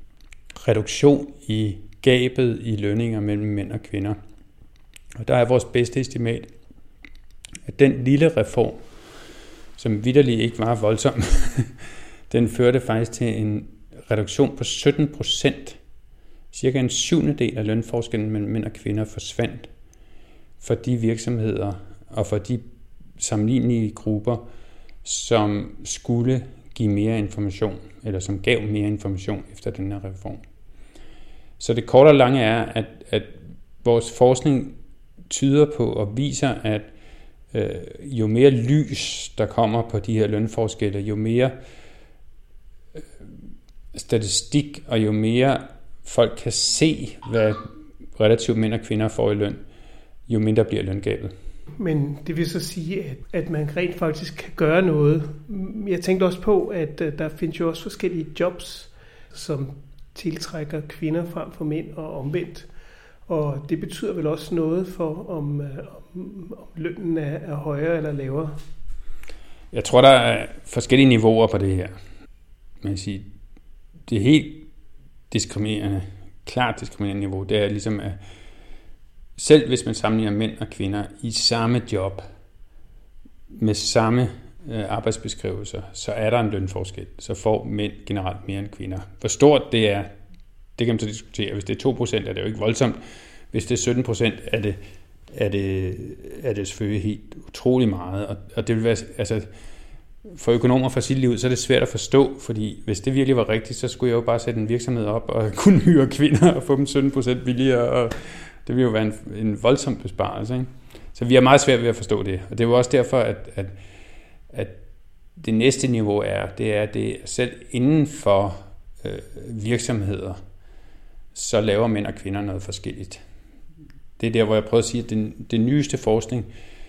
reduktion i gabet i lønninger mellem mænd og kvinder. Og der er vores bedste estimat, at den lille reform, som vitterligt ikke var voldsom, den førte faktisk til en reduktion på sytten procent. Cirka en syvendedel af lønforskellen mellem mænd og kvinder forsvandt for de virksomheder og for de sammenlignelige grupper, som skulle give mere information, eller som gav mere information efter den her reform. Så det korte og lange er, at, at vores forskning tyder på og viser, at øh, jo mere lys, der kommer på de her lønforskelle, jo mere øh, statistik, og jo mere folk kan se, hvad relativt mænd og kvinder får i løn, jo mindre bliver løngabet. Men det vil så sige, at, at man rent faktisk kan gøre noget. Jeg tænkte også på, at der findes jo også forskellige jobs, som tiltrækker kvinder frem for mænd og omvendt. Og det betyder vel også noget for, om, om, om lønnen er, er højere eller lavere? Jeg tror, der er forskellige niveauer på det her. Man kan sige, det helt diskriminerende, klart diskriminerende niveau, det er ligesom, at selv hvis man sammenligner mænd og kvinder i samme job, med samme arbejdsbeskrivelser, så er der en lønforskel. Så får mænd generelt mere end kvinder. Hvor stort det er, det kan man så diskutere. Hvis det er to procent, er det jo ikke voldsomt. Hvis det er sytten procent, er det, er det, er det selvfølgelig helt utrolig meget. Og, og det vil være, altså, for økonomer fra sit liv, så er det svært at forstå, fordi hvis det virkelig var rigtigt, så skulle jeg jo bare sætte en virksomhed op og kunne hyre kvinder og få dem sytten procent billigere, og det ville jo være en, en voldsom besparelse, ikke? Så vi er meget svært ved at forstå det. Og det er jo også derfor, at, at, at det næste niveau er, det er det selv inden for øh, virksomheder, så laver mænd og kvinder noget forskelligt. Det er der, hvor jeg prøver at sige, at den, den nyeste forskning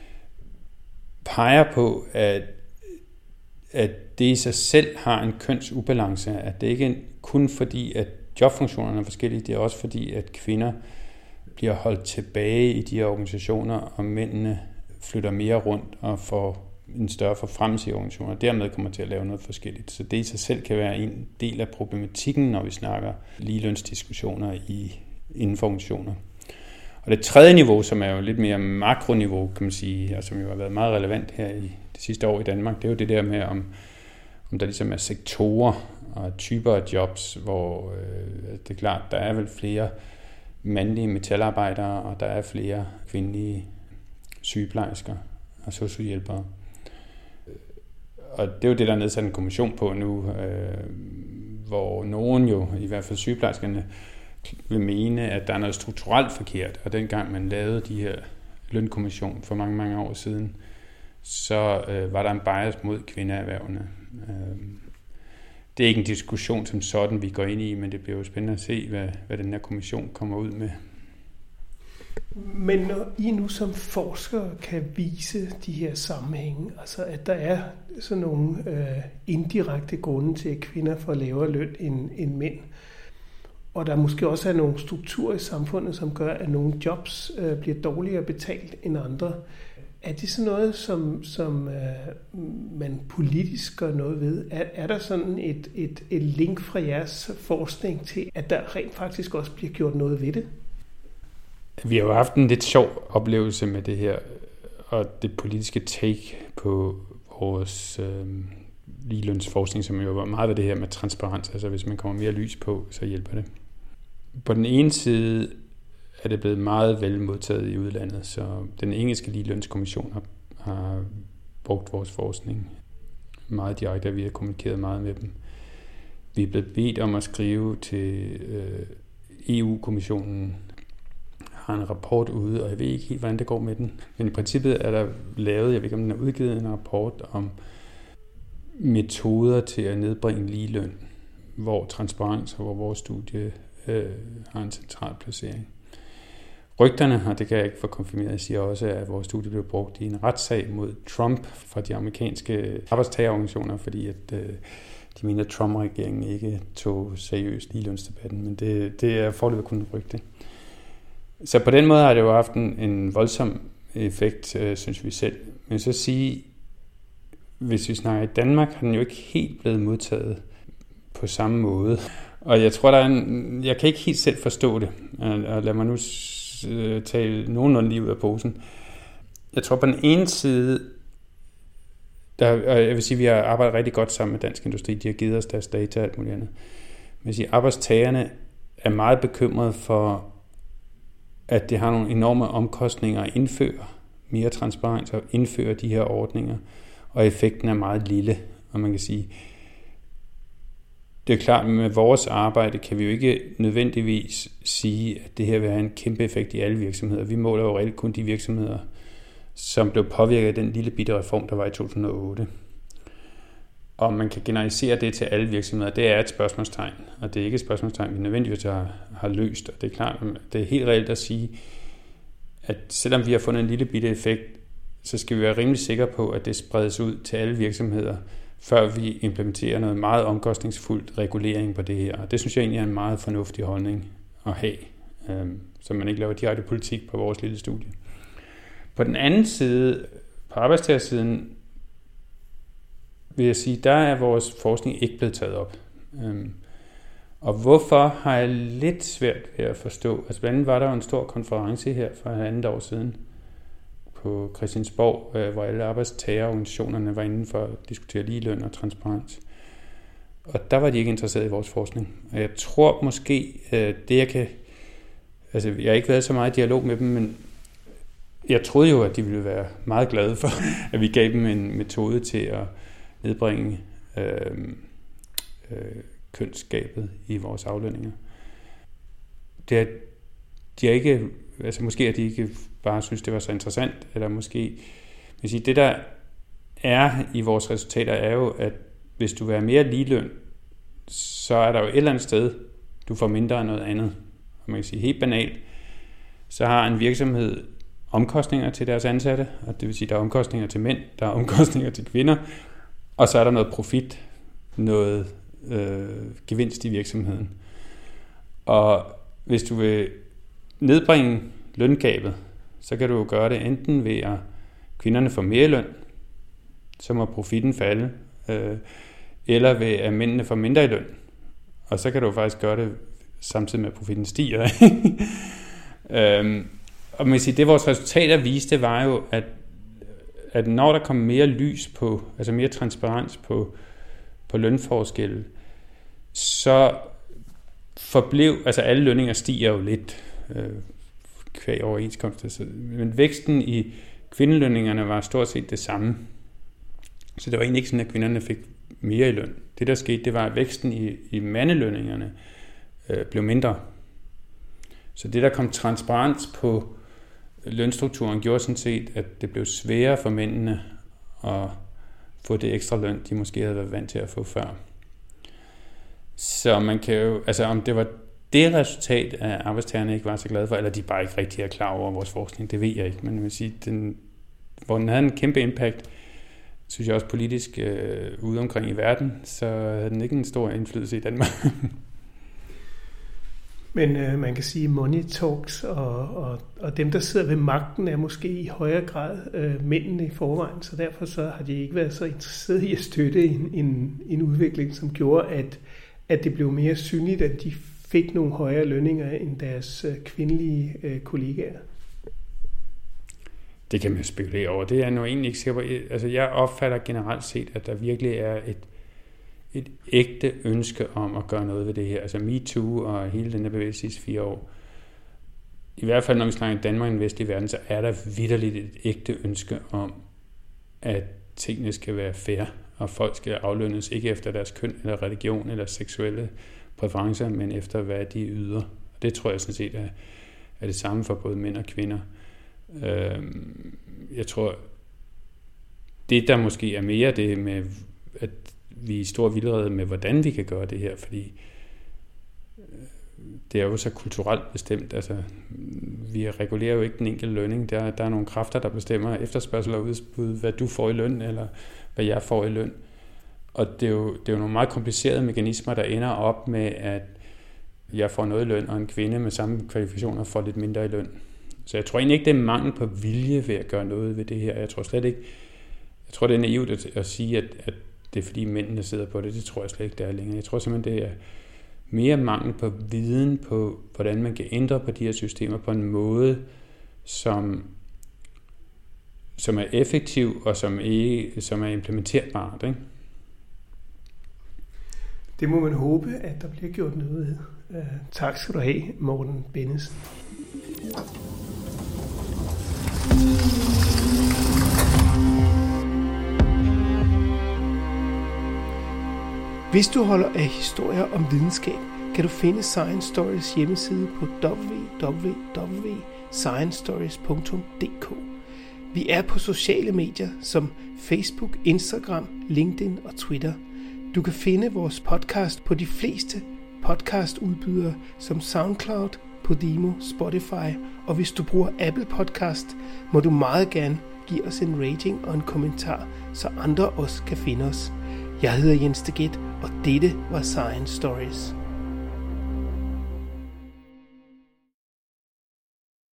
peger på, at, at det i sig selv har en kønsubalance. At det ikke er kun fordi, at jobfunktionerne er forskellige, det er også fordi, at kvinder bliver holdt tilbage i de her organisationer, og mændene flytter mere rundt og får en større forfremmelse i organisationer, og dermed kommer til at lave noget forskelligt. Så det i sig selv kan være en del af problematikken, når vi snakker ligelønsdiskussioner i, inden for organisationer. Og det tredje niveau, som er jo lidt mere makroniveau, kan man sige, og som jo har været meget relevant her i det sidste år i Danmark, det er jo det der med, om, om der ligesom er sektorer og typer af jobs, hvor øh, det er klart, der er vel flere mandlige metalarbejdere, og der er flere kvindelige sygeplejersker og sosu-hjælpere. Og det er jo det, der er nedsat en kommission på nu, øh, hvor nogen jo, i hvert fald sygeplejerskerne, vil mene, at der er noget strukturelt forkert. Og dengang man lavede de her lønkommission for mange, mange år siden, så øh, var der en bias mod kvindeerhvervene. Øh, det er ikke en diskussion som sådan, vi går ind i, men det bliver jo spændende at se, hvad, hvad den her kommission kommer ud med. Men når I nu som forskere kan vise de her sammenhænge, altså at der er sådan nogle øh, indirekte grunde til, at kvinder får lavere løn end, end mænd, og der måske også er nogle strukturer i samfundet, som gør, at nogle jobs øh, bliver dårligere betalt end andre. Er det sådan noget, som, som øh, man politisk gør noget ved? Er, er der sådan et, et, et link fra jeres forskning til, at der rent faktisk også bliver gjort noget ved det? Vi har jo haft en lidt sjov oplevelse med det her, og det politiske take på vores øh, ligelønsforskning, som jo var meget ved det her med transparens. Altså hvis man kommer mere lys på, så hjælper det. På den ene side er det blevet meget vel modtaget i udlandet, så den engelske ligelønskommission har, har brugt vores forskning meget direkte, og vi har kommunikeret meget med dem. Vi er blevet bedt om at skrive til øh, E U-kommissionen, har en rapport ude, og jeg ved ikke helt, hvordan det går med den. Men i princippet er der lavet, jeg ved ikke, om den er udgivet, en rapport om metoder til at nedbringe ligeløn, hvor transparens og hvor vores studie øh, har en central placering. Rygterne, og det kan jeg ikke få konfirmeret, siger også, at vores studie blev brugt i en retssag mod Trump fra de amerikanske arbejdstagerorganisationer, fordi at, øh, de mener, at Trump-regeringen ikke tog seriøst ligelønsdebatten, men det, det er foreløbig kun et rygte. Så på den måde har det jo haft en, en voldsom effekt, øh, synes vi selv. Men så sige, hvis vi snakker i Danmark, har den jo ikke helt blevet modtaget på samme måde. Og jeg tror, der er en, jeg kan ikke helt selv forstå det. Og lad mig nu tale nogenlunde lige ud af posen. Jeg tror på den ene side, der, og jeg vil sige, at vi har arbejdet rigtig godt sammen med Dansk Industri. De har givet os deres data og alt muligt andet. Men sige, arbejdstagerne er meget bekymrede for, at det har nogle enorme omkostninger at indføre mere transparens og indføre de her ordninger, og effekten er meget lille. Og man kan sige, det er klart, at med vores arbejde kan vi jo ikke nødvendigvis sige, at det her vil have en kæmpe effekt i alle virksomheder. Vi måler jo reelt kun de virksomheder, som blev påvirket af den lille bitte reform, der var i to tusind og otte. Og man kan generalisere det til alle virksomheder. Det er et spørgsmålstegn, og det er ikke et spørgsmålstegn, vi nødvendigvis har, har løst. Og det er klart, det er helt reelt at sige, at selvom vi har fundet en lille bitte effekt, så skal vi være rimelig sikre på, at det spredes ud til alle virksomheder, før vi implementerer noget meget omkostningsfuldt regulering på det her. Og det synes jeg egentlig er en meget fornuftig holdning at have, så man ikke laver direkte politik på vores lille studie. På den anden side, på arbejdstagersiden, vil jeg sige, der er vores forskning ikke blevet taget op. Og hvorfor har jeg lidt svært ved at forstå. Altså blandt andet var der jo en stor konference her for et andet år siden på Christiansborg, hvor alle arbejdstagerorganisationerne var inde for at diskutere ligeløn og transparens. Og der var de ikke interesseret i vores forskning. Og jeg tror måske, det jeg kan... Altså jeg har ikke været så meget i dialog med dem, men jeg troede jo, at de ville være meget glade for, at vi gav dem en metode til at nedbringe øh, øh, kønsgabet i vores aflønninger. Det er, de er ikke, altså måske at de ikke bare synes, det var så interessant, eller måske, vil sige, det der er i vores resultater er jo, at hvis du vil have mere ligeløn, så er der jo et eller andet sted, du får mindre af noget andet. Og man kan sige helt banalt, så har en virksomhed omkostninger til deres ansatte, og det vil sige, der er omkostninger til mænd, der er omkostninger til kvinder, og så er der noget profit, noget øh, gevinst i virksomheden. Og hvis du vil nedbringe løngabet, så kan du jo gøre det enten ved at kvinderne får mere løn, så må profitten falde, øh, eller ved at mændene får mindre i løn. Og så kan du faktisk gøre det samtidig med at profitten stiger. øhm, og man kan sige, det vores resultater viste, var jo, at, at når der kom mere lys på, altså mere transparens på på lønforskelle, så forblev, altså alle lønninger stiger jo lidt øh, kvæg overenskomster, men væksten i kvindelønningerne var stort set det samme. Så det var egentlig ikke sådan, at kvinderne fik mere i løn. Det, der skete, det var, at væksten i, i mandelønningerne øh, blev mindre. Så det, der kom transparens på lønstrukturen, gjorde sådan set, at det blev sværere for mændene at få det ekstra løn, de måske havde været vant til at få før. Så man kan jo, altså om det var det resultat, at arbejdstagerne ikke var så glade for, eller de bare ikke rigtig er klar over vores forskning, det ved jeg ikke, men jeg vil sige, den, hvor den havde en kæmpe impact, synes jeg også politisk øh, ude omkring i verden, så havde den ikke en stor indflydelse i Danmark. Men øh, man kan sige, at money talks, og, og, og dem, der sidder ved magten, er måske i højere grad øh, mændene i forvejen, så derfor så har de ikke været så interesserede i at støtte en, en, en udvikling, som gjorde, at, at det blev mere synligt, at de fik nogle højere lønninger end deres øh, kvindelige øh, kollegaer. Det kan man spekulere over. Det er jeg nu egentlig ikke sikker på. Altså, jeg opfatter generelt set, at der virkelig er et, et ægte ønske om at gøre noget ved det her. Altså MeToo og hele den her bevægelse sidste fire år. I hvert fald, når vi snakker Danmark i den vestlige verden, så er der vitterligt et ægte ønske om, at tingene skal være fair, og folk skal aflønnes ikke efter deres køn, eller religion, eller seksuelle præferencer, men efter, hvad de yder. Og det tror jeg sådan set er, er det samme for både mænd og kvinder. Jeg tror, det der måske er mere det med, at vi er i stor vildrede med, hvordan vi kan gøre det her, fordi det er jo så kulturelt bestemt. Altså, vi regulerer jo ikke den enkelte lønning. Der, der er nogle kræfter, der bestemmer efterspørgsel og udbud, hvad du får i løn, eller hvad jeg får i løn. Og det er jo, det er jo nogle meget komplicerede mekanismer, der ender op med, at jeg får noget i løn, og en kvinde med samme kvalifikationer får lidt mindre i løn. Så jeg tror egentlig ikke, det er mangel på vilje ved at gøre noget ved det her. Jeg tror slet ikke, jeg tror, det er naivt at, at sige, at, at det er fordi mændene sidder på det. Det tror jeg slet ikke, det er længere. Jeg tror simpelthen, det er mere mangel på viden på, hvordan man kan ændre på de her systemer på en måde, som, som er effektiv og som, ikke, som er implementerbart. Ikke? Det må man håbe, at der bliver gjort noget ved. Uh, tak skal du have, Morten Bennedsen. Hvis du holder af historier om videnskab, kan du finde Science Stories hjemmeside på w w w punktum science stories punktum d k. Vi er på sociale medier som Facebook, Instagram, LinkedIn og Twitter. Du kan finde vores podcast på de fleste podcastudbydere som SoundCloud, Podimo, Spotify, og hvis du bruger Apple Podcast, må du meget gerne give os en rating og en kommentar, så andre også kan finde os. Jeg hedder Jens Deget, og dette var Science Stories.